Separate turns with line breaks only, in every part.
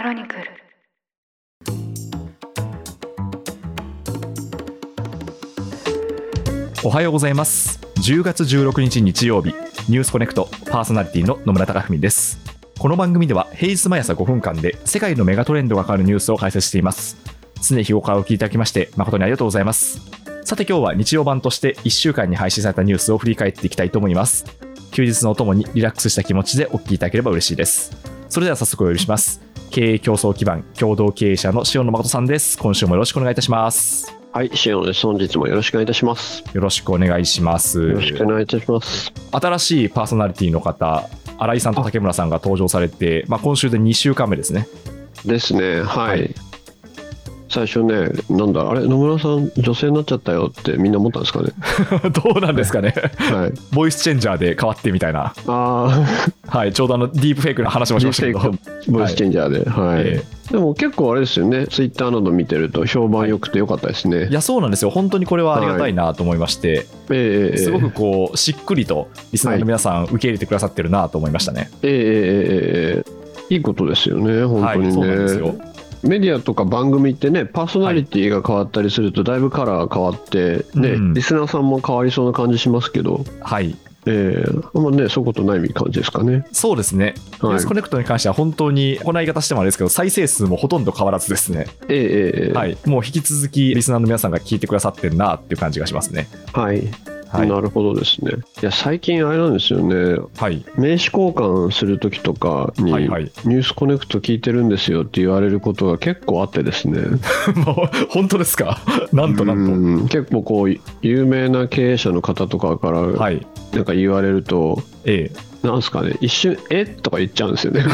クロニクル。
おはようございます。10月16日日曜日、ニュースコネクトパーソナリティの野村貴文です。この番組では平日毎朝5分間で世界のメガトレンドが変わるニュースを解説しています。常日頃からお聞きいただきまして誠にありがとうございます。さて今日は日曜版として1週間に配信されたニュースを振り返っていきたいと思います。休日のお供にリラックスした気持ちでお聞きいただければ嬉しいです。それでは早速お呼びします。経営競争基盤共同経営者の塩野誠さんです。今週もよろしくお願いいたします。
はい、塩野です。本日もよろしくお願いいたします。
よろしくお願いします。
よろしくお願いいたします。
新しいパーソナリティの方、新井さんと竹村さんが登場されて、今週で2週間目ですね。
ですね、はい。最初ね、なんだあれ、野村さん女性になっちゃったよってみんな思ったんですかね。
どうなんですかね。
はい、
ボイスチェンジャーで変わってみたいな。はい、ちょうどディープフェイクの話もしましたけど、
ボイスチェンジャーで、はい、でも結構あれですよね、ツイッターなど見てると評判良くて良かったですね。
いやそうなんですよ。本当にこれはありがたいなと思いまして、すごくこうしっくりとリスナーの皆さん受け入れてくださってるなと思いましたね。
いいことですよね、本当にね。そうなんですよ。メディアとか番組ってね、パーソナリティが変わったりするとだいぶカラー変わってね、リスナーさんも変わりそうな感じしますけど、はい、あんまね、そういうことない感じですかね。
そうですね。ニュースコネクトに関しては本当にこの言い方してもあれですけど、再生数もほとんど変わらずですね。はい、もう引き続きリスナーの皆さんが聞いてくださってるなっていう感じがしますね。はい。はい、な
るほどですね。いや最近あれなんですよね、はい、名刺交換するときとかに、ニュースコネクト聞いてるんですよって言われることが結構あってですね。
本当ですか。なんと
結構こう有名な経営者の方とかからなんか言われると、なんすかね、一瞬とか言っちゃうんですよね。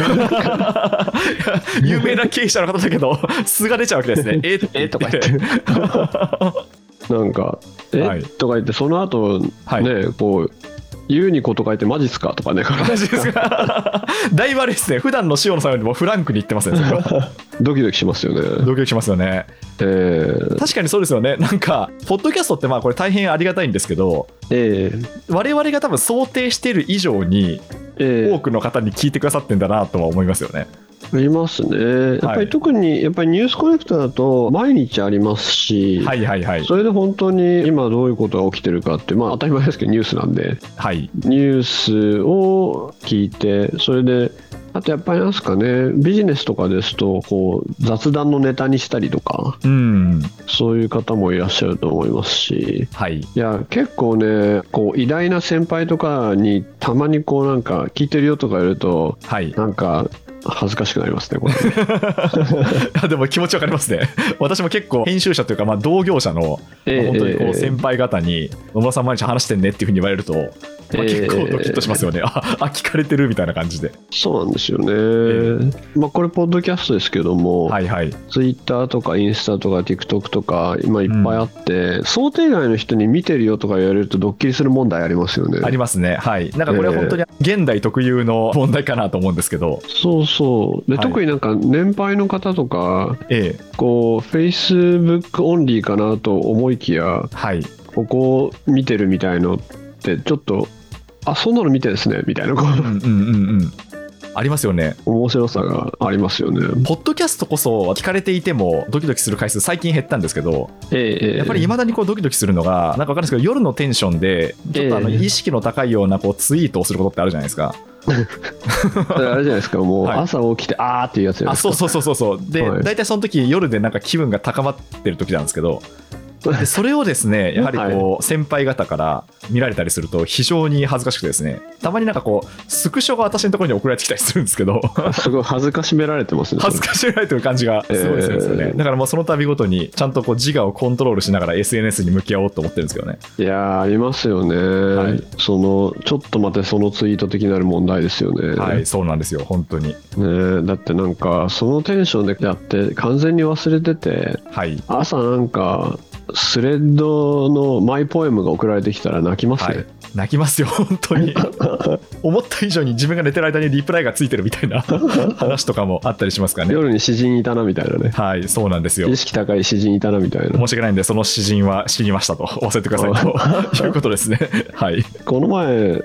有名な経営者の方だけど素が出ちゃうわけですね。
とか言ってなんかとか言って、その後ね、こう言うにこと書いてマジっすかとかね。
マジですか。だいぶあれですね、普段の塩野さんよりもフランクに言ってますね。
ドキドキしますよね。
ドキドキしますよね。確かにそうですよね。なんかポッドキャストってこれ大変ありがたいんですけど、我々が多分想定している以上に多くの方に聞いてくださってんだなとは思いますよね。
ありますね。やっぱり特にやっぱりニュースコネクトだと毎日ありますし、それで本当に今どういうことが起きてるかって、当たり前ですけどニュースなんで、ニュースを聞いて、それであとやっぱりなんですかね、ビジネスとかですとこう雑談のネタにしたりとか、そういう方もいらっしゃると思いますし、いや結構ね、こう偉大な先輩とかにたまにこうなんか聞いてるよとか言うと、なんか恥ずかしくなりますね、これ。
でも気持ちわかりますね。私も結構編集者というか同業者の本当にこう先輩方に野村さん毎日話してんねっていうふうに言われると、結構ドキッとしますよね。聞かれてるみたいな感じで。
そうなんですよね。これポッドキャストですけども、ツイッターとかインスタとか TikTok とか今いっぱいあって、想定外の人に見てるよとか言われるとドッキリする問題ありますよね。
ありますね。なんかこれは本当に現代特有の問題かなと思うんですけど、
そうで、特になんか年配の方とか、こう Facebook オンリーかなと思いきや、ここを見てるみたいのってちょっと、そんなの見てるんですねみたいな
ありますよね。
面白さがありますよね。
ポッドキャストこそ聞かれていてもドキドキする回数最近減ったんですけど、やっぱり未だにこうドキドキするのが、なんか分かるんですけど、夜のテンションでちょっと意識の高いようなこうツイートをすることってあるじゃないですか。
あれじゃないですか、もう朝起きてっていうやつじゃないですか。
そうで、大体その時夜でなんか気分が高まってる時なんですけど、でそれをですね、やはりこう先輩方から見られたりすると非常に恥ずかしくてですね、たまになんかこうスクショが私のところに送られてきたりするんですけど、
すごい恥ずかしめられてますね。
恥ずかしめられてる感じがすごいするんですよね。だからもうその度ごとにちゃんとこう自我をコントロールしながら SNS に向き合おうと思ってるんですけどね。
いやありますよね、そのちょっと待て、そのツイート的なる問題ですよね。
そうなんですよ、本当に
ね。だってなんかそのテンションでやって完全に忘れてて、朝なんかスレッドのマイポエムが送られてきたら泣きますね。
泣きますよ本当に。思った以上に自分が寝てる間にリプライがついてるみたいな話とかもあったりしますからね。
夜に詩人いたなみたいなね。
そうなんですよ。
意識高い詩人いたなみたいな。
申し訳ないんでその詩人は死にましたと忘れてくださいということですね。
この前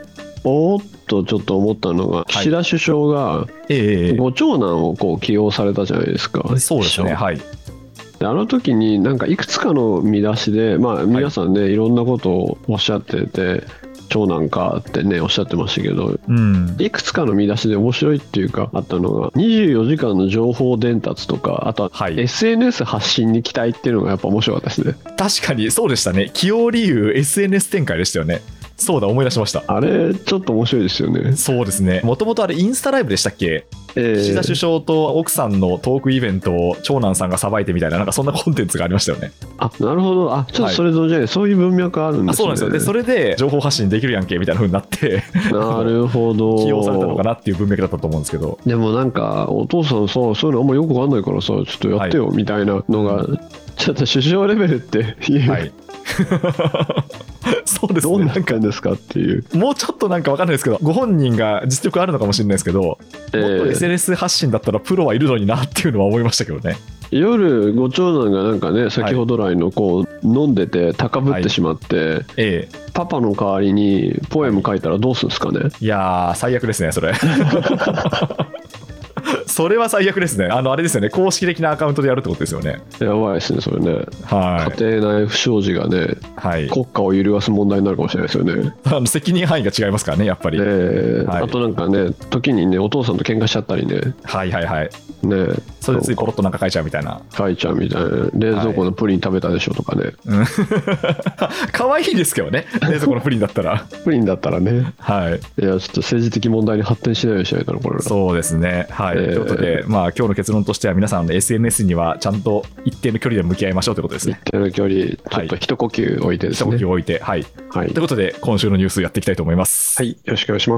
おーっとちょっと思ったのが、岸田首相がご長男をこう起用されたじゃないですか。
そうですね、はい。
であの時になんかいくつかの見出しで、まあ、皆さんね、いろんなことをおっしゃってて、長男かってねおっしゃってましたけど、いくつかの見出しで面白いっていうかあったのが、24時間の情報伝達とか、あとは SNS 発信に期待っていうのがやっぱ面白かったですね。
確かにそうでしたね。起用理由 SNS 展開でしたよね。そうだ、思い出しました。
あれちょっと面白いですよね。
そうですね。もともとあれインスタライブでしたっけ。岸田首相と奥さんのトークイベントを長男さんがさばいてみたいな、なんかそんなコンテンツがありましたよね。
あ、なるほど。あ、ちょっとそれぞれ、はい、そういう文脈あるんですね。
あ、そうなんですよ。でそれで情報発信できるやんけみたいな風になって
なるほど
起用されたのかなっていう文脈だったと思うんですけど、
でもなんかお父さんさ、そういうのあんまよくわかんないからさ、ちょっとやってよみたいなのが、ちょっと首相レベルっていう、はいそうですね、どうなんかんですかっていう。
もうちょっとなんか分かんないですけど、ご本人が実力あるのかもしれないですけど、もっと SNS 発信だったらプロはいるのになっていうのは思いましたけどね。
夜ご長男がなんかね、先ほど来のこう飲んでて高ぶってしまって、パパの代わりにポエム書いたらどうするんですかね。
いやー最悪ですねそれそれは最悪ですね。あれですよね、公式的なアカウントでやるってことですよね。
やばいですねそれね、
はい、
家庭内不祥事がね、はい、国家を揺るがす問題になるかもしれないですよね。
責任範囲が違いますからねやっぱり、はい、
あとなんかね、時にねお父さんと喧嘩しちゃったりね、
はいはいはい
ね、
それでついポロッとなんか書いちゃうみたいな、
冷蔵庫のプリン食べたでしょとかね、
はい、可愛いですけどね、冷蔵庫のプリンだったら
プリンだったらね、
はい、
いやちょっと政治的問題に発展しないようにしないとなこれ。
そうですね、はい、ということで、まあ、今日の結論としては皆さんの SNS にはちゃんと一定の距離で向き合いましょうということですね。
一定の距離、ちょっと一呼吸置いてですね、
一呼吸置いて、はい、はい、ということで今週のニュースやっていきたいと思います。
はい、よろしくお願いします。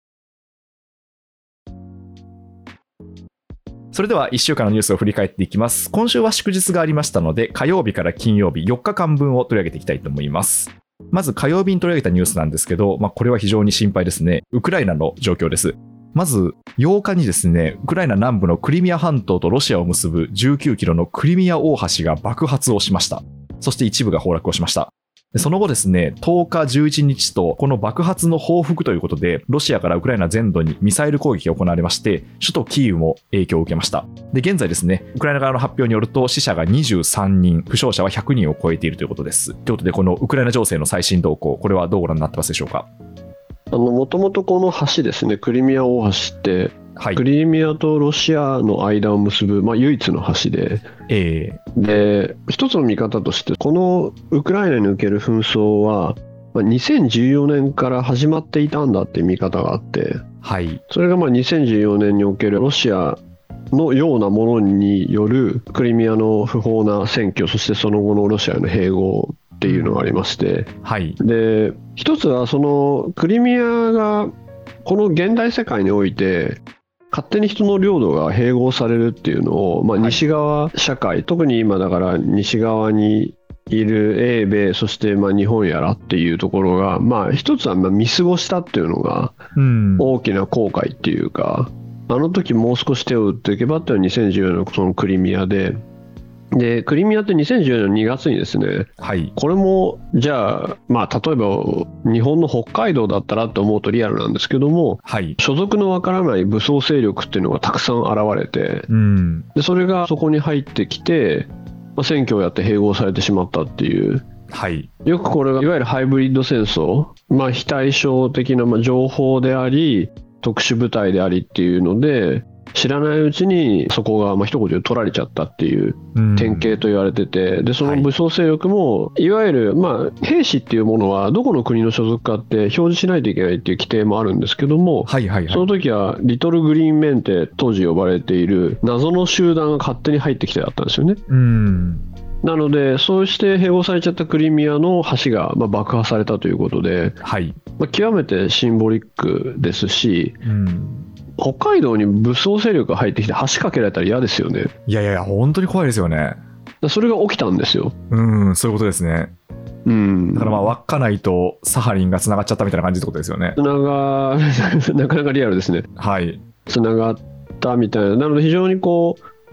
それでは1週間のニュースを振り返っていきます。今週は祝日がありましたので、火曜日から金曜日4日間分を取り上げていきたいと思います。まず火曜日に取り上げたニュースなんですけど、これは非常に心配ですね。ウクライナの状況です。まず8日にですね、ウクライナ南部のクリミア半島とロシアを結ぶ19キロのクリミア大橋が爆発をしました。そして一部が崩落をしました。その後ですね、10日、11日とこの爆発の報復ということで、ロシアからウクライナ全土にミサイル攻撃が行われまして、首都キーウも影響を受けました。で、現在ですね、ウクライナ側の発表によると死者が23人、負傷者は100人を超えているということです。ということで、このウクライナ情勢の最新動向、これはどうご覧になってますでしょうか。
もともとこの橋ですね、クリミア大橋って、はい、クリミアとロシアの間を結ぶ、唯一の橋で、で一つの見方として、このウクライナにおける紛争は、2014年から始まっていたんだっていう見方があって、はい、それが2014年におけるロシアのようなものによるクリミアの不法な占拠、そしてその後のロシアの併合っていうのがありまして、はい、で一つはそのクリミアがこの現代世界において勝手に人の領土が併合されるっていうのを、西側社会、はい、特に今だから西側にいる英米、そして日本やらっていうところが、一つは見過ごしたっていうのが大きな後悔っていうか、あの時もう少し手を打っていけばっていうのは2014年のそのクリミアで、クリミアって2014年2月にですね、はい、これもじゃあ、例えば日本の北海道だったらと思うとリアルなんですけども、はい、所属のわからない武装勢力っていうのがたくさん現れて、でそれがそこに入ってきて、選挙をやって併合されてしまったっていう、はい、よくこれがいわゆるハイブリッド戦争、非対称的な情報であり特殊部隊でありっていうので、知らないうちにそこが一言で取られちゃったっていう典型と言われてて、でその武装勢力もいわゆる兵士っていうものはどこの国の所属かって表示しないといけないっていう規定もあるんですけども、その時はリトルグリーンメンって当時呼ばれている謎の集団が勝手に入ってきてだったんですよね。なのでそうして併合されちゃったクリミアの橋が爆破されたということで、はい、極めてシンボリックですし、北海道に武装勢力が入ってきて橋かけられたら嫌ですよね。
いやいや本当に怖いですよね。
それが起きたんですよ。
そういうことですね。だから稚内とサハリンがつながっちゃったみたいな感じってことですよね。な
かなかリアルですね。
はい、
つながったみたいな。なので非常に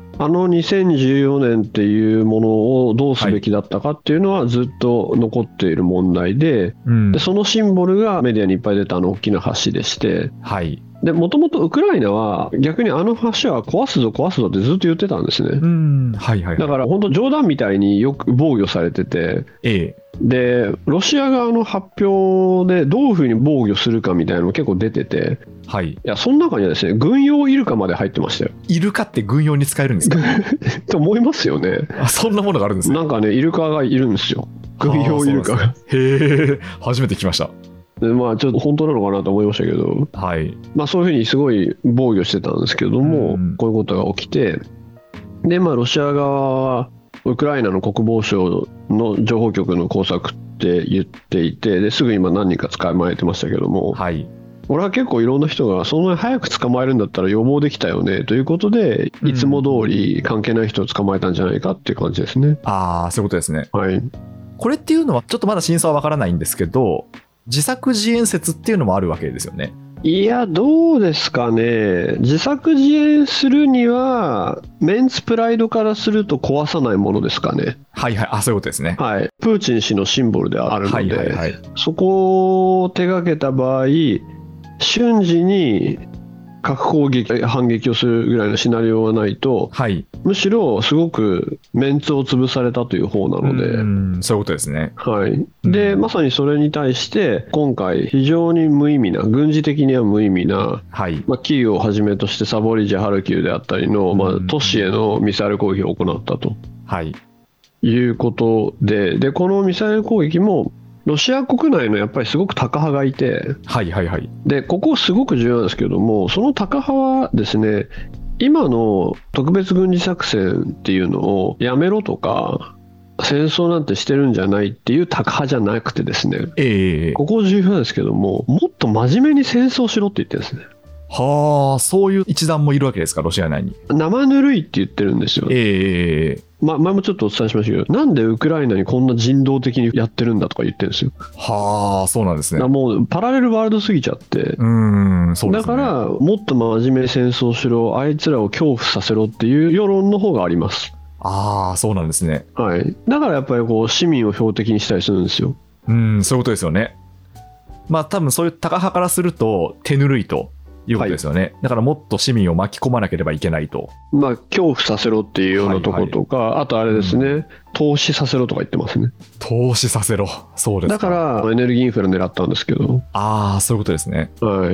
2014年っていうものをどうすべきだったかっていうのはずっと残っている問題で、でそのシンボルがメディアにいっぱい出た大きな橋でして、はい、でもともとウクライナは逆に橋は壊すぞ壊すぞってずっと言ってたんですね。はいはいはい、だから本当冗談みたいによく防御されてて、でロシア側の発表でどういうふうに防御するかみたいなのも結構出てて、はい、いやその中にはですね、軍用イルカまで入ってましたよ。
イルカって軍用に使えるんですか？
と思いますよね。
そんなものがあるんですね。
なんかね、イルカがいるんですよ、軍用イルカが。
へえ、初めて聞きました。
でまあ、ちょっと本当なのかなと思いましたけど、はいまあ、そういうふうにすごい防御してたんですけども、こういうことが起きて、で、まあ、ロシア側はウクライナの国防省の情報局の工作って言っていて、ですぐ今何人か捕まえてましたけども、はい、俺は結構いろんな人がそんなに早く捕まえるんだったら予防できたよねということで、いつも通り関係ない人を捕まえたんじゃないかっていう感じですね。
ああ、そういうことですね。
はい、
これっていうのはちょっとまだ真相はわからないんですけど、自作自演説っていうのもあるわけですよね。
いや、どうですかね。自作自演するにはメンツプライドからすると壊さないものですかね。
はいはい、あ、そういうことですね。
はい、プーチン氏のシンボルであるので、はいはいはい、そこを手掛けた場合、瞬時に核攻撃反撃をするぐらいのシナリオがないと、はい、むしろすごくメンツを潰されたという方なので、
そういうことですね。
はい、でまさにそれに対して今回非常に無意味な、軍事的には無意味な、はいキーウをはじめとしてサボリジャ、ハルキウであったりの、都市へのミサイル攻撃を行ったと、はい、いうことで、このミサイル攻撃もロシア国内のやっぱりすごくタカ派がいて、はいはいはい、でここすごく重要なんですけども、そのタカ派はですね、今の特別軍事作戦っていうのをやめろとか戦争なんてしてるんじゃないっていうタカ派じゃなくてですね、ここ重要なんですけども、もっと真面目に戦争しろって言ってるんですね。
はあ、そういう一団もいるわけですか、ロシア内に。
生ぬるいって言ってるんですよ。前もちょっとお伝えしましたけど、なんでウクライナにこんな人道的にやってるんだとか言ってるんですよ。
はあ、そうなんですね。
もうパラレルワールドすぎちゃって、そうですね、だからもっと真面目に戦争しろ、あいつらを恐怖させろっていう世論の方があります。
ああ、そうなんですね。
はい、だからやっぱりこう市民を標的にしたりするんですよ。
そういうことですよね。まあ多分そういうタカ派からすると手ぬるいということですよね、はい、だからもっと市民を巻き込まなければいけないと、
まあ、恐怖させろっていうようなとことか、はいはい、あとあれですね、投資させろとか言ってますね。
投資させろ、そうですか。
だからエネルギーインフレ狙ったんですけど。
ああ、そういうことですね。
はい、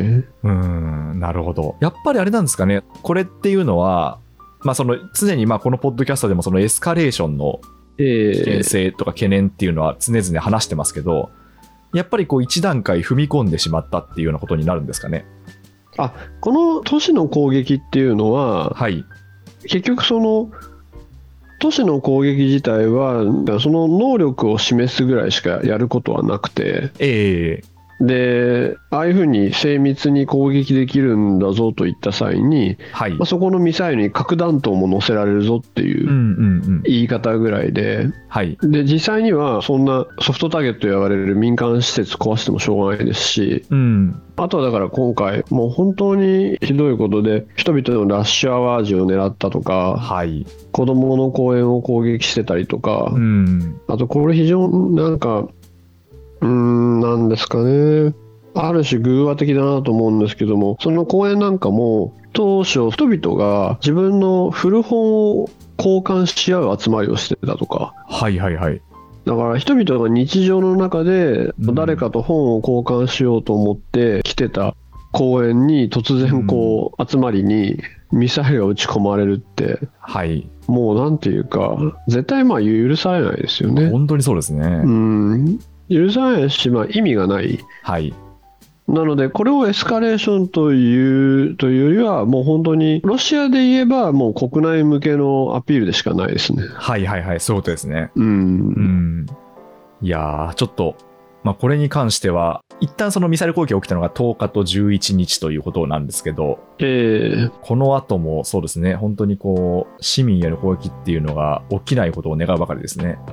なるほど。やっぱりあれなんですかね、これっていうのは、まあ、その常にまあこのポッドキャストでもそのエスカレーションの危険性とか懸念っていうのは常々話してますけど、やっぱりこう一段階踏み込んでしまったっていうようなことになるんですかね。
この都市の攻撃っていうのは、はい、結局その都市の攻撃自体はその能力を示すぐらいしかやることはなくて、でああいうふうに精密に攻撃できるんだぞといった際に、はいそこのミサイルに核弾頭も載せられるぞっていう言い方ぐらいで、で実際にはそんなソフトターゲットと言われる民間施設壊してもしょうがないですし、あとはだから今回もう本当にひどいことで人々のラッシュアワー時を狙ったとか、子どもの公園を攻撃してたりとか、あとこれ非常になんかなんですかね、ある種偶話的だなと思うんですけども、その公演なんかも当初人々が自分の古本を交換し合う集まりをしてたとか、だから人々が日常の中で誰かと本を交換しようと思って来てた公園に突然こう集まりにミサイルが撃ち込まれるって、もうなんていうか絶対まあ許されないですよね。
本当にそうですね。
許さないし、意味がない、なのでこれをエスカレーションというよりはもう本当にロシアで言えばもう国内向けのアピールでしかないですね。
そういうことですね。いやーちょっと、これに関しては一旦そのミサイル攻撃が起きたのが10日と11日ということなんですけど、この後もそうですね、本当にこう市民への攻撃っていうのが起きないことを願うばかりですね。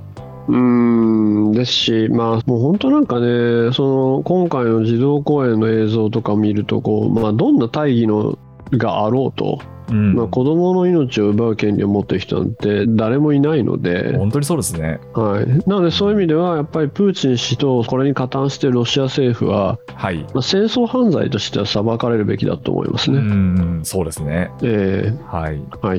ですし、もう本当なんかね、その今回の児童公園の映像とか見るとこう、どんな大義のがあろうと、子供の命を奪う権利を持っている人なんて誰もいないので、
本当にそうですね。
はい、なのでそういう意味ではやっぱりプーチン氏とこれに加担しているロシア政府は、戦争犯罪としては裁かれるべきだと思いますね。
そうですね。はい、
はい、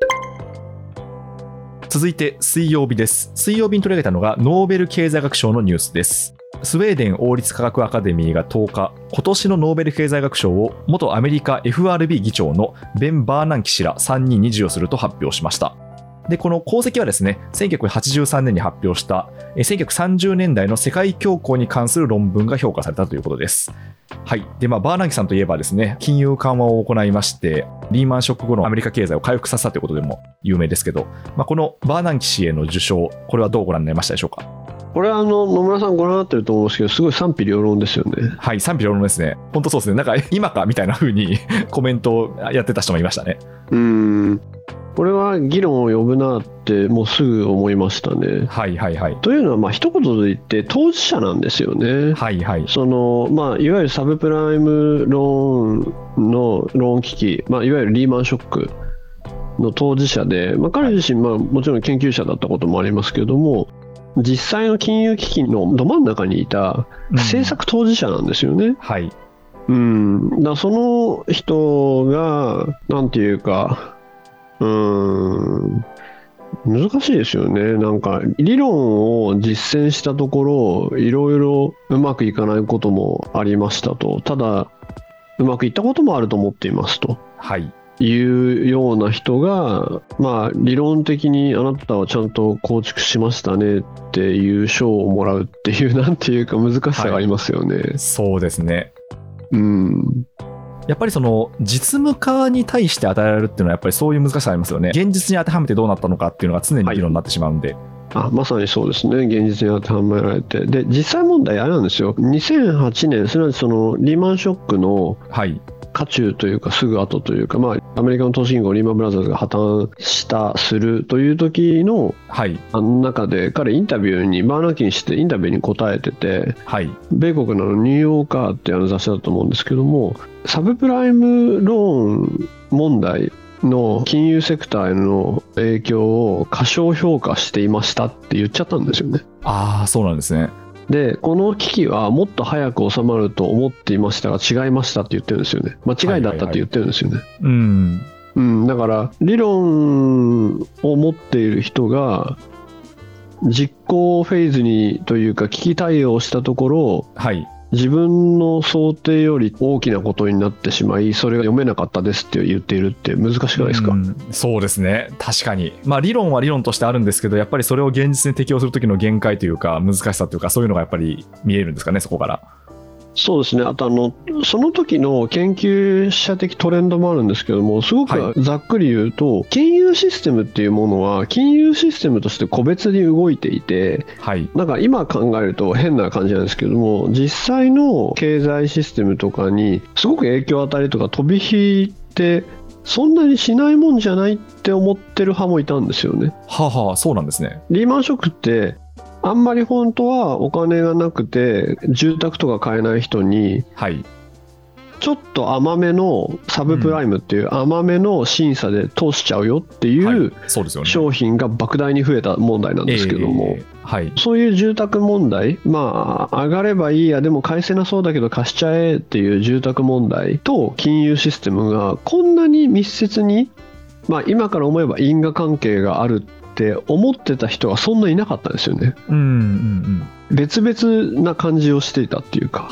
続いて水曜日です。水曜日に取り上げたのがノーベル経済学賞のニュースです。スウェーデン王立科学アカデミーが10日、今年のノーベル経済学賞を元アメリカ FRB 議長のベン・バーナンキ氏ら3人に授与すると発表しました。で、この功績はですね、1983年に発表した1930年代の世界恐慌に関する論文が評価されたということです。はい。で、バーナンキさんといえばですね、金融緩和を行いまして、リーマンショック後のアメリカ経済を回復させたということでも有名ですけど、このバーナンキ氏への受賞、これはどうご覧になりましたでしょうか。
これは野村さんご覧になってると思うんですけど、すごい賛否両論ですよね。
はい、賛否両論ですね。本当そうですね。なんか今かみたいな風にコメントをやってた人もいましたね。
これは議論を呼ぶなってもうすぐ思いましたね。
はいはいはい。
というのは一言で言って当事者なんですよね。
はいはい。
いわゆるサブプライムローンのローン危機、いわゆるリーマンショックの当事者で、彼自身もちろん研究者だったこともありますけれども、実際の金融危機のど真ん中にいた政策当事者なんですよね。
はい。
だその人がなんていうか難しいですよね。なんか理論を実践したところいろいろうまくいかないこともありましたと。ただうまくいったこともあると思っていますと。
はい。
いうような人が、理論的にあなたはちゃんと構築しましたねっていう賞をもらうっていうなんていうか難しさがありますよね。
そうですね。やっぱりその実務家に対して与えられるっていうのはやっぱりそういう難しさありますよね。現実に当てはめてどうなったのかっていうのが常に議論になってしまうんで。
まさにそうですね。現実に当てはめられて、で実際問題あれなんですよ。2008年すなわちそのリーマンショックの渦中というかすぐ後というか、アメリカの投資銀行リーマンブラザーズが破綻するという時の、中で彼インタビューにバーナンキにしてインタビューに答えてて、米国のニューヨーカーって雑誌だと思うんですけども、サブプライムローン問題の金融セクターへの影響を過小評価していましたって言っちゃったんですよね。
そうなんですね。
でこの危機はもっと早く収まると思っていましたが違いましたって言ってるんですよね。間違いだったって言ってるんですよね。だから理論を持っている人が実行フェーズにというか危機対応したところ、自分の想定より大きなことになってしまい、それが読めなかったですって言っているって難しくないですか？
そうですね。確かに。理論は理論としてあるんですけど、やっぱりそれを現実に適用する時の限界というか難しさというか、そういうのがやっぱり見えるんですかね、そこから。
そうですね。あとその時の研究者的トレンドもあるんですけども、すごくざっくり言うと、金融システムっていうものは金融システムとして個別に動いていて、なんか今考えると変な感じなんですけども、実際の経済システムとかにすごく影響を与えるとか飛び火ってそんなにしないもんじゃないって思ってる派もいたんですよね。
そうなんですね。
リーマンショックってあんまり本当はお金がなくて住宅とか買えない人に、ちょっと甘めのサブプライムっていう甘めの審査で通しちゃうよっていう商品が莫大に増えた問題なんですけども、そういう住宅問題、上がればいいやでも返せなそうだけど貸しちゃえっていう住宅問題と金融システムがこんなに密接に、今から思えば因果関係があるって思ってた人はそんないなかったんですよね。別々な感じをしていたっていうか。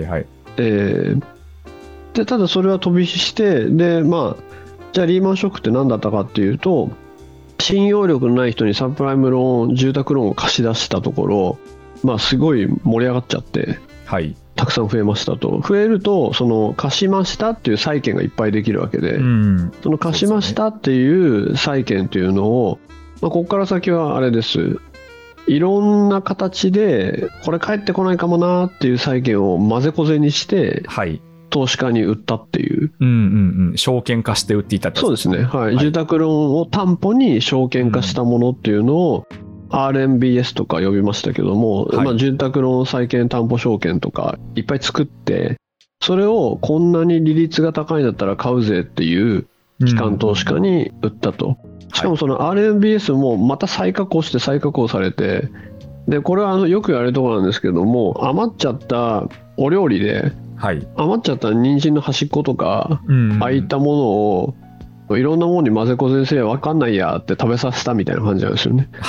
でただそれは飛び火して、でじゃあリーマンショックって何だったかっていうと、信用力のない人にサブプライムローン住宅ローンを貸し出したところ、すごい盛り上がっちゃって、たくさん増えましたと。増えるとその貸しましたっていう債権がいっぱいできるわけで、その貸しましたっていう債権っていうのを、ここから先はあれです。いろんな形でこれ返ってこないかもなっていう債権を混ぜこぜにして、投資家に売ったっていう、
証券化して売っていたって。
そうですね。住宅ローンを担保に証券化したものっていうのを、RMBS とか呼びましたけども、住宅ローン債権担保証券とかいっぱい作って、 それをこんなに利率が高いんだったら買うぜっていう機関投資家に売ったと。しかもその RMBS もまた再加工して再加工されて、でこれはよく言われるところなんですけども、余っちゃったお料理で、余っちゃった人参の端っことか、ああいったものをいろんなものに混ぜこぜにすれば分かんないやって食べさせたみたいな感じなんですよね。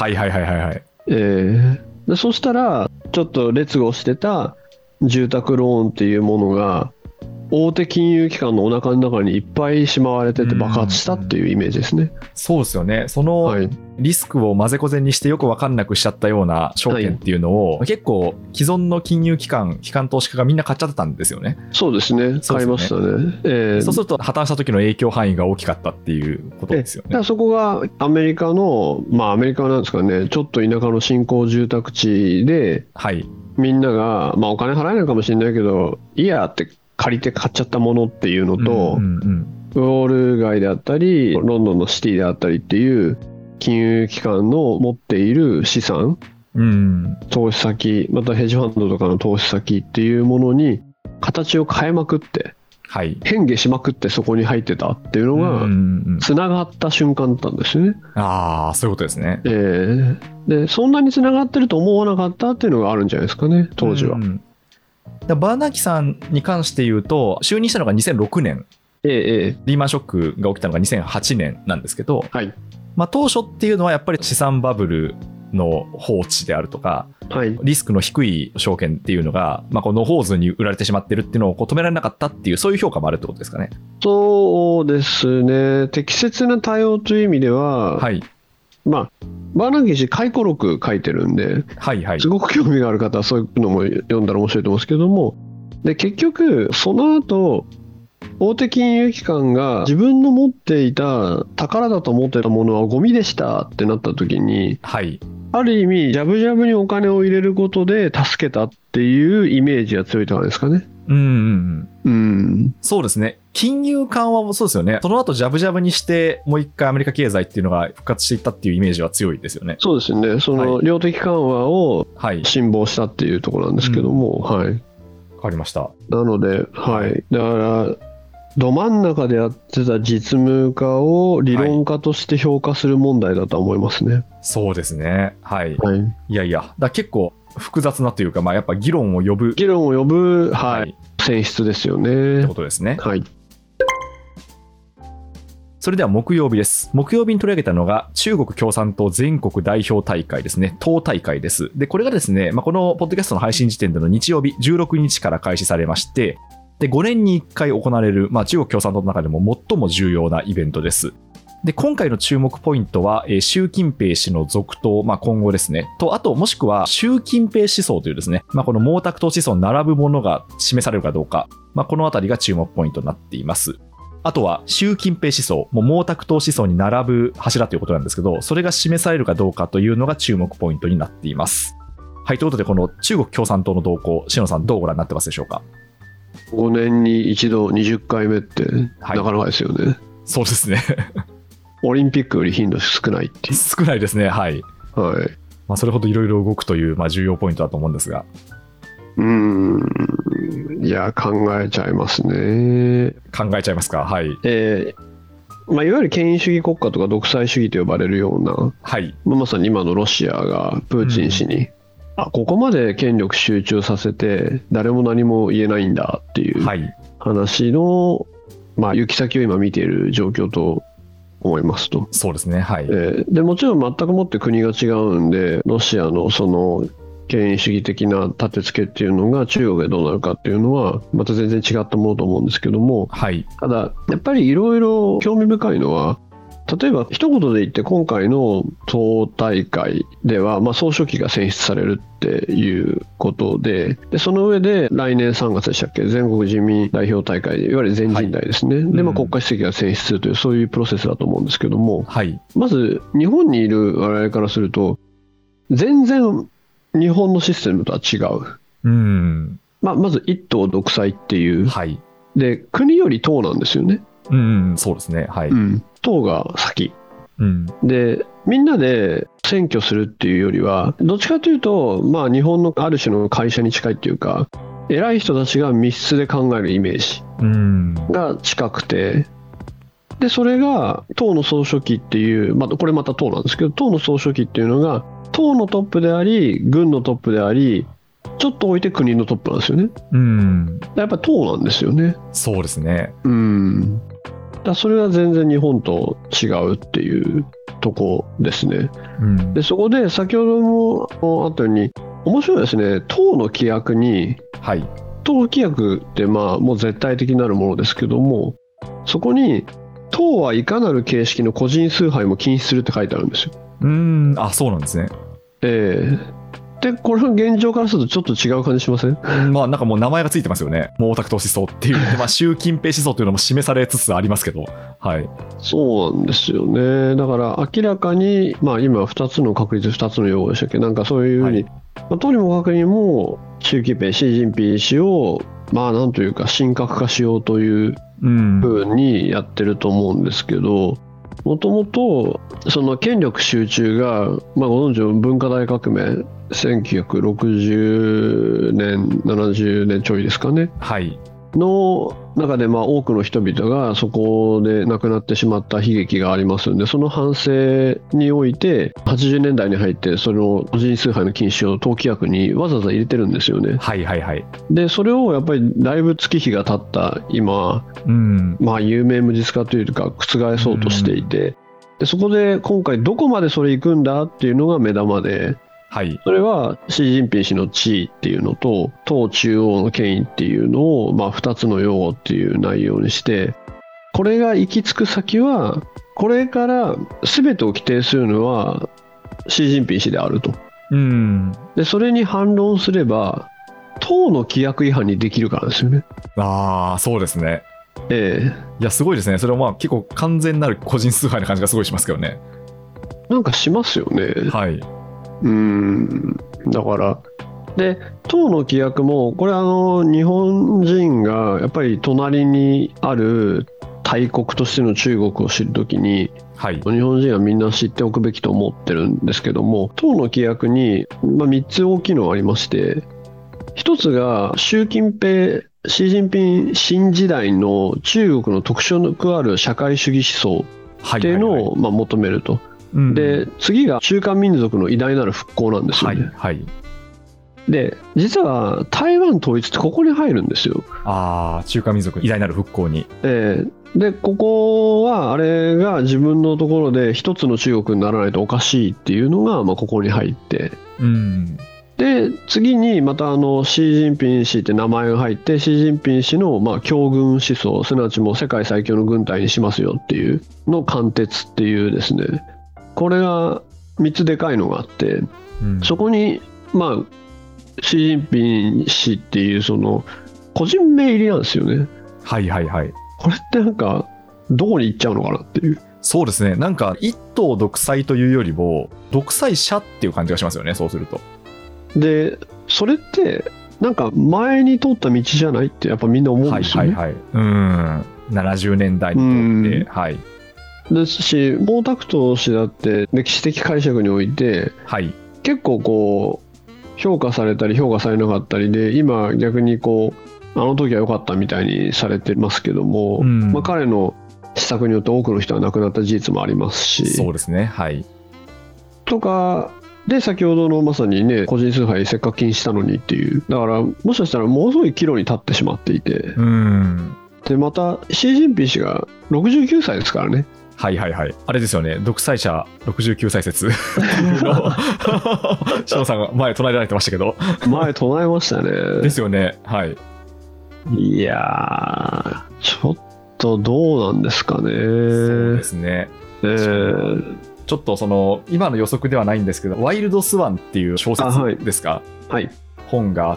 でそしたらちょっと劣後してた住宅ローンっていうものが大手金融機関のお腹の中にいっぱいしまわれてて爆発したっていうイメージですね。
そうですよね。そのリスクを混ぜこぜにしてよく分かんなくしちゃったような証券っていうのを、結構既存の金融機関投資家がみんな買っちゃってたんですよね。
そうですね、買いましたね。
そうすると破綻した時の影響範囲が大きかったっていうことですよね。
だからそこがアメリカの、アメリカなんですかね、ちょっと田舎の新興住宅地で、みんなが、お金払えないかもしれないけどいいやって借りて買っちゃったものっていうのと、ウォール街であったりロンドンのシティであったりっていう金融機関の持っている資産、投資先、またヘッジファンドとかの投資先っていうものに形を変えまくって、変化しまくってそこに入ってたっていうのがつながった瞬間だったんですよね。
そういうことですね。
でそんなにつながってると思わなかったっていうのがあるんじゃないですかね、当時は。
バーナーキさんに関して言うと、就任したのが2006年、リーマンショックが起きたのが2008年なんですけど、当初っていうのはやっぱり資産バブルの放置であるとか、リスクの低い証券っていうのが、この野放図に売られてしまってるっていうのを止められなかったっていう、そういう評価もあるってことですかね。
そうですね、適切な対応という意味では、バーナーキ氏回顧録書いてるんで、すごく興味がある方はそういうのも読んだら面白いと思うんですけども、で結局その後大手金融機関が自分の持っていた宝だと思っていたものはゴミでしたってなった時に、ある意味ジャブジャブにお金を入れることで助けたっていうイメージが強いとかですかね。
そうですね。金融緩和もそうですよね。その後ジャブジャブにしてもう一回アメリカ経済っていうのが復活していったっていうイメージは強いですよね。
そうですね。その量的緩和を辛抱したっていうところなんですけども、わ
かりました。
なので、だからど真ん中でやってた実務家を理論家として評価する問題だと思いますね。
そうですね。いやいや、だ結構複雑なというか、やっぱ議論を呼ぶ、選出ですよね。 ってことですね。それでは木曜日です。木曜日に取り上げたのが中国共産党全国代表大会ですね。党大会です。で、これがですね、このポッドキャストの配信時点での日曜日16日から開始されまして、で、5年に1回行われる、中国共産党の中でも最も重要なイベントです。で、今回の注目ポイントは、習近平氏の続投、今後ですね。と、あと、もしくは、習近平思想というですね、この毛沢東思想に並ぶものが示されるかどうか、このあたりが注目ポイントになっています。あとは、習近平思想、毛沢東思想に並ぶ柱ということなんですけど、それが示されるかどうかというのが注目ポイントになっています。はい、ということで、この中国共産党の動向、篠さんどうご覧になってますでしょうか。
5年に一度20回目ってなかなかですよね。
そうですね。
オリンピックより頻度少ないっていう。
少ないですね。それほどいろいろ動くという、重要ポイントだと思うんですが。
いや、考えちゃいますね。
考えちゃいますか。
いわゆる権威主義国家とか独裁主義と呼ばれるような、まさに今のロシアがプーチン氏に、ここまで権力集中させて誰も何も言えないんだっていう話の、行き先を今見ている状況と思いますと。
そうですね。
でもちろん全くもって国が違うんで、ロシアのその権威主義的な立て付けっていうのが中国でどうなるかっていうのはまた全然違ったものと思うんですけども、ただやっぱりいろいろ興味深いのは、例えば一言で言って今回の党大会では、総書記が選出されるっていうことで、その上で来年3月でしたっけ、全国人民代表大会、いわゆる全人代ですね、で国家主席が選出するというそういうプロセスだと思うんですけども、まず日本にいる我々からすると全然日本のシステムとは違う。まず一党独裁っていう、で国より党なんですよね。
そうですね。
党が先、でみんなで選挙するっていうよりはどっちかというと、日本のある種の会社に近いっていうか、 偉い人たちが密室で考えるイメージが近くて、でそれが党の総書記っていう、これまた党なんですけど、党の総書記っていうのが党のトップであり軍のトップであり、ちょっと置いて国のトップなんですよね。やっぱり党なんですよね。
そうですね。
だそれは全然日本と違うっていうとこですね。でそこで先ほどもあったように面白いですね。党の規約に、党規約ってもう絶対的なるものですけども、そこに党はいかなる形式の個人崇拝も禁止するって書いてあるんですよ。
そうなんですね。
でこれの現状からするとちょっと違う感じしません？
なんかもう名前がついてますよね。毛沢東思想っていう習近平思想というのも示されつつありますけど、
そうなんですよね。だから明らかに、今2つの確率2つの用語でしたっけ、なんかそういうふうに、とにもかくにも習近平、シジンピン氏をなんというか神格化しようというふうにやってると思うんですけど、もともとその権力集中が、ご存知の文化大革命1960年70年ちょいですかね、の中で多くの人々がそこで亡くなってしまった悲劇がありますので、その反省において80年代に入ってその個人崇拝の禁止を党規約にわざわざ入れてるんですよね。でそれをやっぱりだいぶ月日が経った今、有名無実化というか覆そうとしていて、でそこで今回どこまでそれ行くんだっていうのが目玉で、それは習近平氏の地位っていうのと党中央の権威っていうのを2つの用語っていう内容にして、これが行き着く先はこれから全てを規定するのは習近平氏であると。でそれに反論すれば党の規約違反にできるからですよね。
そうですね。いやすごいですね。それは結構完全なる個人崇拝な感じがすごいしますけどね。
なんかしますよね。だからで党の規約もこれ日本人がやっぱり隣にある大国としての中国を知るときに、日本人はみんな知っておくべきと思ってるんですけども、党の規約に、3つ大きいのがありまして、1つが習近平シジンピン新時代の中国の特色ある社会主義思想っていうのを求めると。で次が中華民族の偉大なる復興なんですよね。で実は台湾統一ってここに入るんですよ。
中華民族偉大なる復興に。
でここはあれが自分のところで一つの中国にならないとおかしいっていうのがここに入って、で次にまたシジンピン氏って名前が入って、シジンピン氏の強軍思想、すなわちもう世界最強の軍隊にしますよっていうの貫徹っていうですね、これが3つでかいのがあって、そこにシジンピン氏っていうその個人名入りなんですよね。これってなんかどこに行っちゃうのかなっていう。
そうですね。なんか一党独裁というよりも独裁者っていう感じがしますよね、そうすると。
でそれってなんか前に通った道じゃないってやっぱみんな思うんですよね。
70年代にとって、
ですし、毛沢東氏だって歴史的解釈において、結構こう評価されたり評価されなかったりで、今逆にこうあの時は良かったみたいにされてますけども、彼の施策によって多くの人が亡くなった事実もありますし、
そうですね。
とかで先ほどのまさにね、個人崇拝せっかく禁止したのにっていう、だからもしかしたらものすごい岐路に立ってしまっていて、でまたシジンピン氏が69歳ですからね。
あれですよね、独裁者69歳説のションさんが前唱えられてましたけど
前唱えましたね。
ですよね。
いやちょっとどうなんですかね。
そうですね。ちょっとその今の予測ではないんですけど、ワイルドスワンっていう小説ですか、本があって、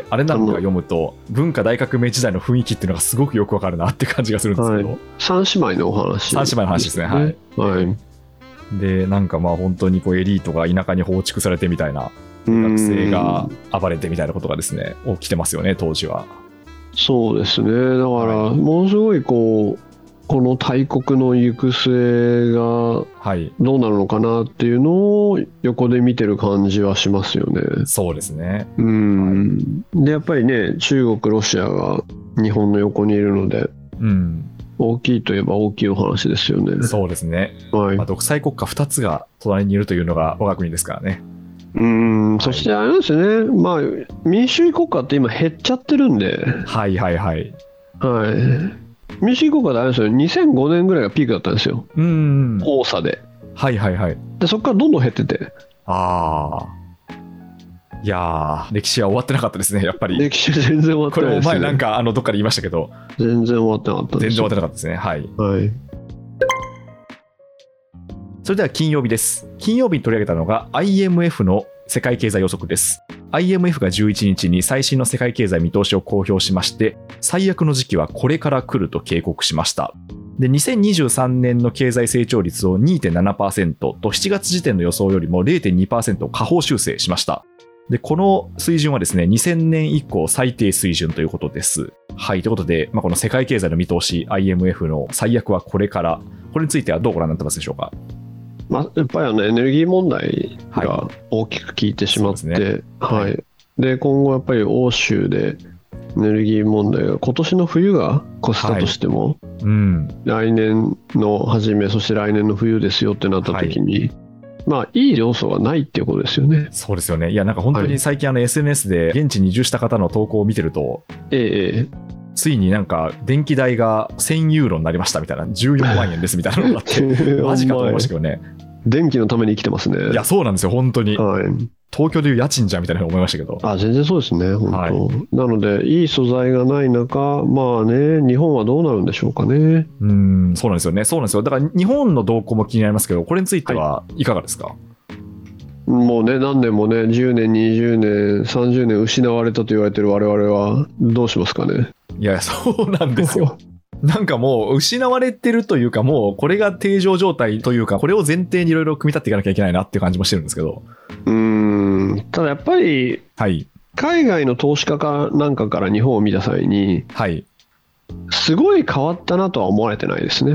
あれなんか読むと文化大革命時代の雰囲気っていうのがすごくよくわかるなって感じがするんですけど、
三姉妹のお話、
三姉妹の話ですね。でなんか本当にこうエリートが田舎に放逐されてみたいな、学生が暴れてみたいなことがですね起きてますよね、当時は。
そうですね。だからものすごいこうこの大国の行く末がどうなるのかなっていうのを横で見てる感じはしますよね。
そうですね。
でやっぱりね、中国ロシアが日本の横にいるので、大きいといえば大きいお話ですよね。
そうですね、独裁国家2つが隣にいるというのが我が国ですからね。
そしてあれですよね、民主主義国家って今減っちゃってるんで、民主主義国家であれですよ、2005年ぐらいがピークだったんですよ、多さで。でそこからどんどん減ってて、
いやー、歴史は終わってなかったですね、やっぱり。
歴史は全然終わってないですね。
これも前なんかどっかで言いましたけど、
全然終わってなかったです。
全然終わってなかったですね。それでは金曜日です。金曜日に取り上げたのが IMF の世界経済予測です。IMF が11日に最新の世界経済見通しを公表しまして、最悪の時期はこれから来ると警告しました。で、2023年の経済成長率を 2.7% と7月時点の予想よりも 0.2% 下方修正しました。で、この水準はですね、2000年以降最低水準ということです。ということで、この世界経済の見通し、IMF の最悪はこれから、これについてはどうご覧になってますでしょうか。
やっぱりエネルギー問題が大きく効いてしまって、で今後やっぱり欧州でエネルギー問題が今年の冬が越したとしても、来年の初め、そして来年の冬ですよってなった時に、いい要素がないっていうことですよね。
そうですよね。いや、なんか本当に最近SNS で現地に移住した方の投稿を見てると、ついになんか電気代が1000ユーロになりましたみたいな、14万円ですみたいなのがあってマジかと思いましたけどね。
電気のために生きてますね。
いや、そうなんですよ、本当に。東京でいう家賃じゃんみたいな思いましたけど。
全然そうですね、本当。なので、いい素材がない中、日本はどうなるんでしょうかね。
そうなんですよね。そうなんですよ。だから日本の動向も気になりますけど、これについてはいかがですか。
もうね、何年もね、10年、20年、30年失われたと言われてる我々はどうしますかね。
いや、そうなんですよ。なんかもう失われてるというか、もうこれが定常状態というか、これを前提にいろいろ組み立っていかなきゃいけないなっていう感じもしてるんですけど。
ただやっぱり、海外の投資家かなんかから日本を見た際に、すごい変わったなとは思われてないですね。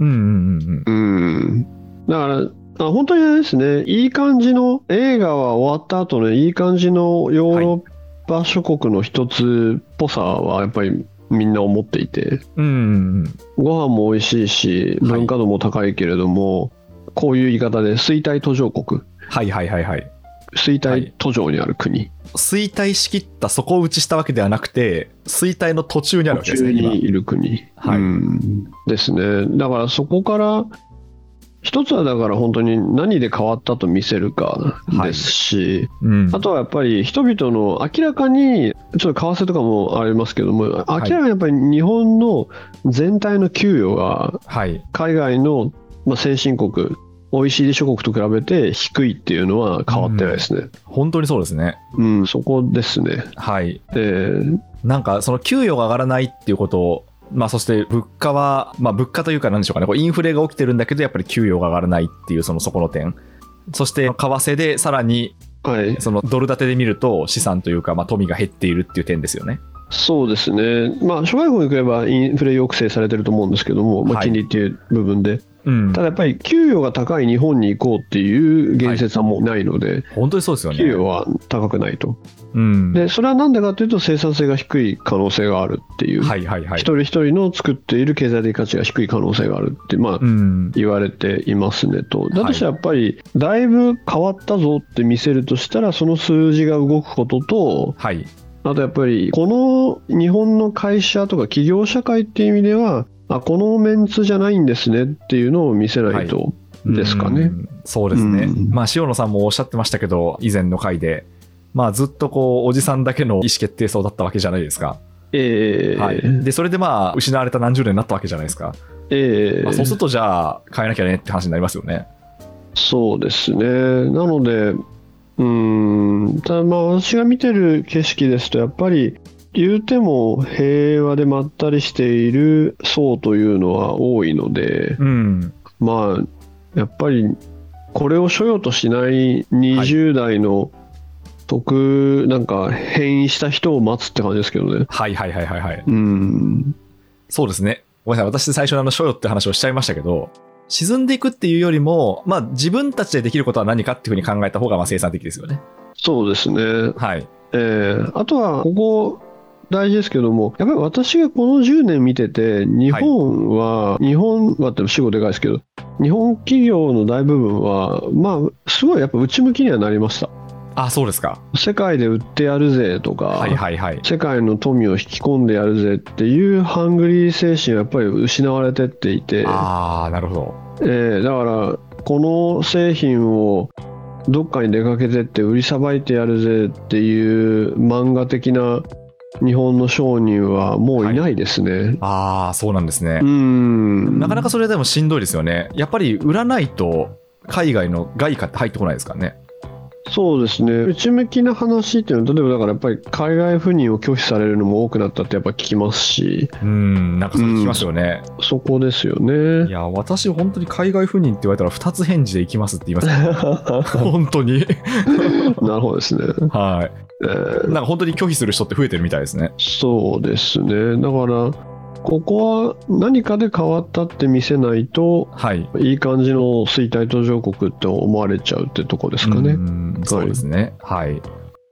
だから本当にあれですね、いい感じの映画は終わった後のいい感じのヨーロッパ諸国の一つっぽさはやっぱりみんな思っていて、ご飯も美味しいし文化度も高いけれども、こういう言い方で衰退途上国、衰退途上にある国、
衰退しきった底打ちしたわけではなくて衰退の途中にあるわけですね。
途中にいる国、ですね。だからそこから一つはだから本当に何で変わったと見せるかですし、あとはやっぱり人々の明らかにちょっと為替とかもありますけども、明らかにやっぱり日本の全体の給与が海外の先進国、OECD 諸国と比べて低いっていうのは変わってないですね。
本当にそうですね。
そこですね。
なんかその給与が上がらないっていうことを、そして物価は、物価というか何でしょうかね、こうインフレが起きてるんだけどやっぱり給与が上がらないっていうそこの点、そして為替でさらにそのドル建てで見ると資産というか富が減っているっていう点ですよね。
そうですね。諸外国に比べばインフレ抑制されてると思うんですけども、金利っていう部分で、ただやっぱり給与が高い日本に行こうっていう言説はもうないので、
本当にそうですよね。
給与は高くないと。でそれは何でかというと生産性が低い可能性があるっていう、一人一人の作っている経済的価値が低い可能性があるって言われていますねと。だとしたらやっぱりだいぶ変わったぞって見せるとしたら、その数字が動くことと、あとやっぱりこの日本の会社とか企業社会っていう意味では、このメンツじゃないんですねっていうのを見せないとですかね。
そうですね。塩野さんもおっしゃってましたけど、以前の回でずっとおじさんだけの意思決定層だったわけじゃないですか。でそれで失われた何十年になったわけじゃないですか。そうするとじゃあ変えなきゃねって話になりますよね。
そうですね。なのでただ私が見てる景色ですと、やっぱり言うても平和でまったりしている層というのは多いので、やっぱりこれを所有としない20代のなんか変異した人を待つって感じですけどね。
そうですね。 ごめんなさい、私最初の所与って話をしちゃいましたけど、沈んでいくっていうよりも、自分たちでできることは何かっていうふうに考えた方が生産的ですよね。
そうですね。
はい。
あとは、ここ、大事ですけども、やっぱり私がこの10年見てて、日本はって主語でかいですけど、日本企業の大部分は、すごいやっぱ内向きにはなりました。
あ、そうですか。
世界で売ってやるぜとか、世界の富を引き込んでやるぜっていうハングリー精神はやっぱり失われてっていて、
なるほど。
だからこの製品をどっかに出かけてって売りさばいてやるぜっていう漫画的な日本の商人はもういないですね。
そうなんですね。なかなかそれでもしんどいですよね。やっぱり売らないと海外の外貨って入ってこないですからね。
そうですね。内向きな話っていうのは、例えばだからやっぱり海外赴任を拒否されるのも多くなったってやっぱ聞きますし、
なんかそれ聞きますよね。
そこですよね。
いや、私本当に海外赴任って言われたら2つ返事で行きますって言います、本当に
なるほどですね。
はい。なんか本当に拒否する人って増えてるみたいですね。
そうですね。だからここは何かで変わったって見せないと、いい感じの衰退途上国って思われちゃうってとこですかね。
そうですね。はい。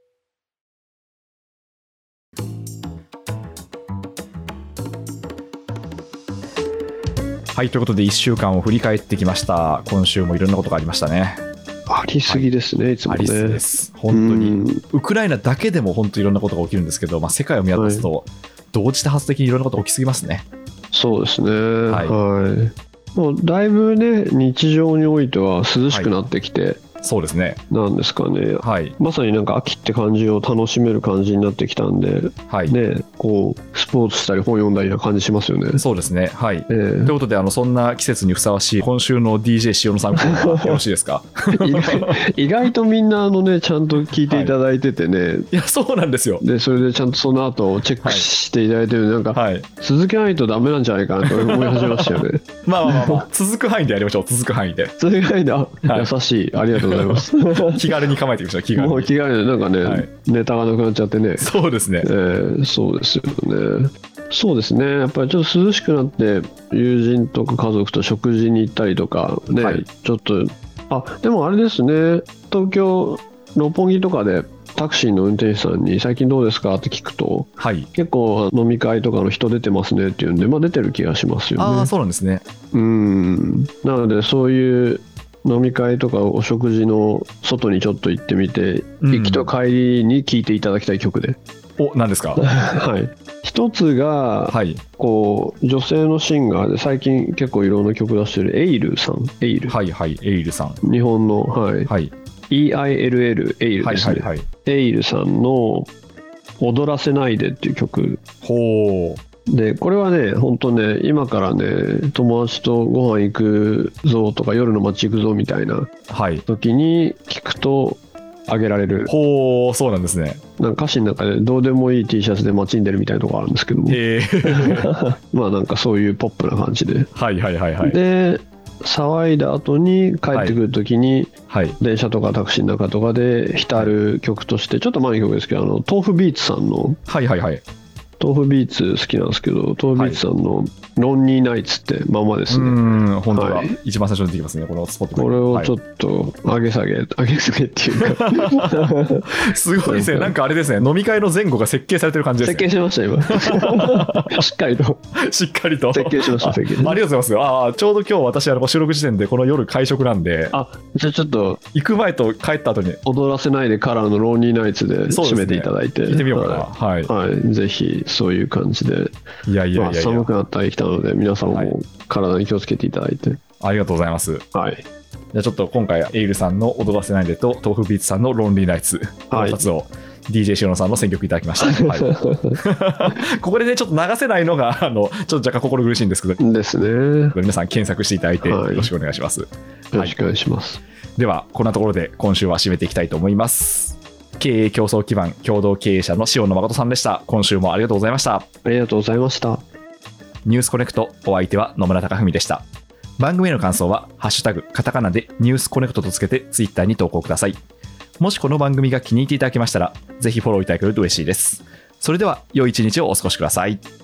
はい、ということで1週間を振り返ってきました。今週もいろんなことがありましたね。
ありすぎですね、いつもね。
ありすぎです。本当に。ウクライナだけでも本当にいろんなことが起きるんですけど、世界を見渡すと、同時多発的にいろんなこと起きすぎますね。
そうですね。もうだいぶね、日常においては涼しくなってきて、
そうですね。
なんですかね。まさになんか秋って感じを楽しめる感じになってきたんで、こうスポーツしたり本読んだりな感じしますよね。
そうですね。ということでそんな季節にふさわしい今週の DJ 塩野さんコーナーよろしいですか？
意外とみんなちゃんと聞いていただいててね。
いや、そうなんですよ。
でそれでちゃんとその後チェックしていただいてるなんか、続けないとダメなんじゃないかなと思い始めましたよね。
続く範囲でやりましょう。続く範囲で。
続く範囲で、優しい、ありがとうございます。
気軽に構えていきましょう。気軽に。
もう気軽になんかね、ネタがなくなっちゃってね。
そうですね。
そうですよね。そうですね。やっぱりちょっと涼しくなって友人とか家族と食事に行ったりとかね、ちょっとでもあれですね。東京六本木とかでタクシーの運転手さんに最近どうですかって聞くと、結構飲み会とかの人出てますねっていうんで、出てる気がしますよね。
そうなんですね。
なのでそういう飲み会とかお食事の外にちょっと行ってみて、行きと帰りに聴いていただきたい曲で。
何ですか？
一つが、こう女性のシンガーで最近結構いろんな曲出してるエイルさん。エイルさん。日本のEILL エイルですね。エイルさんの踊らせないでっていう曲。でこれはね、本当ね、今からね、友達とご飯行くぞとか夜の街行くぞみたいな時に聞くとあげられる。
そうなんですね。
なんか歌詞の中でどうでもいい T シャツで街に出るみたいなとこあるんですけども、なんかそういうポップな感じで、で騒いだ後に帰ってくる時に、電車とかタクシーの中とかで浸る曲として、ちょっと前の曲ですけど、豆腐ビーツさんの豆腐ビーツ好きなんですけど、豆腐ビーツさんのロンニーナイツってまんまですね。
本当だ、一番最初に出てきますね、このスポット。
これをちょっと上げ下げっていうか
すごいですね。なんかあれですね、飲み会の前後が設計されてる感じですね。
設計しました今しっかりと設計しました。あり
がとうございます。ちょうど今日私収録時点でこの夜会食なんで、
じゃあちょっと
行く前と帰った後に
踊らせないでカラーのロンニーナイツで締めていただいて、
聞いてみようか
な。ぜひそういう感じで。寒くなったら来たので、皆さんも体に気をつけていただいて。
ありがとうございます。じゃあちょっと今回エイルさんの踊らせないでと豆腐ビーツさんのロンリーナイツ、2つを DJ シロノさんの選曲いただきました。ここでね、ちょっと流せないのがちょっと若干心苦しいんですけど
ですね。
皆さん検索していただいてよろしくお願いします。
よろしくお願いします。
ではこんなところで今週は締めていきたいと思います。経営競争基盤共同経営者の塩野誠さんでした。今週もありがとうございました。
ありがとうございました。
ニュースコネクト、お相手は野村貴文でした。番組への感想はハッシュタグカタカナでニュースコネクトとつけてツイッターに投稿ください。もしこの番組が気に入っていただけましたら、ぜひフォローいただけると嬉しいです。それでは良い一日をお過ごしください。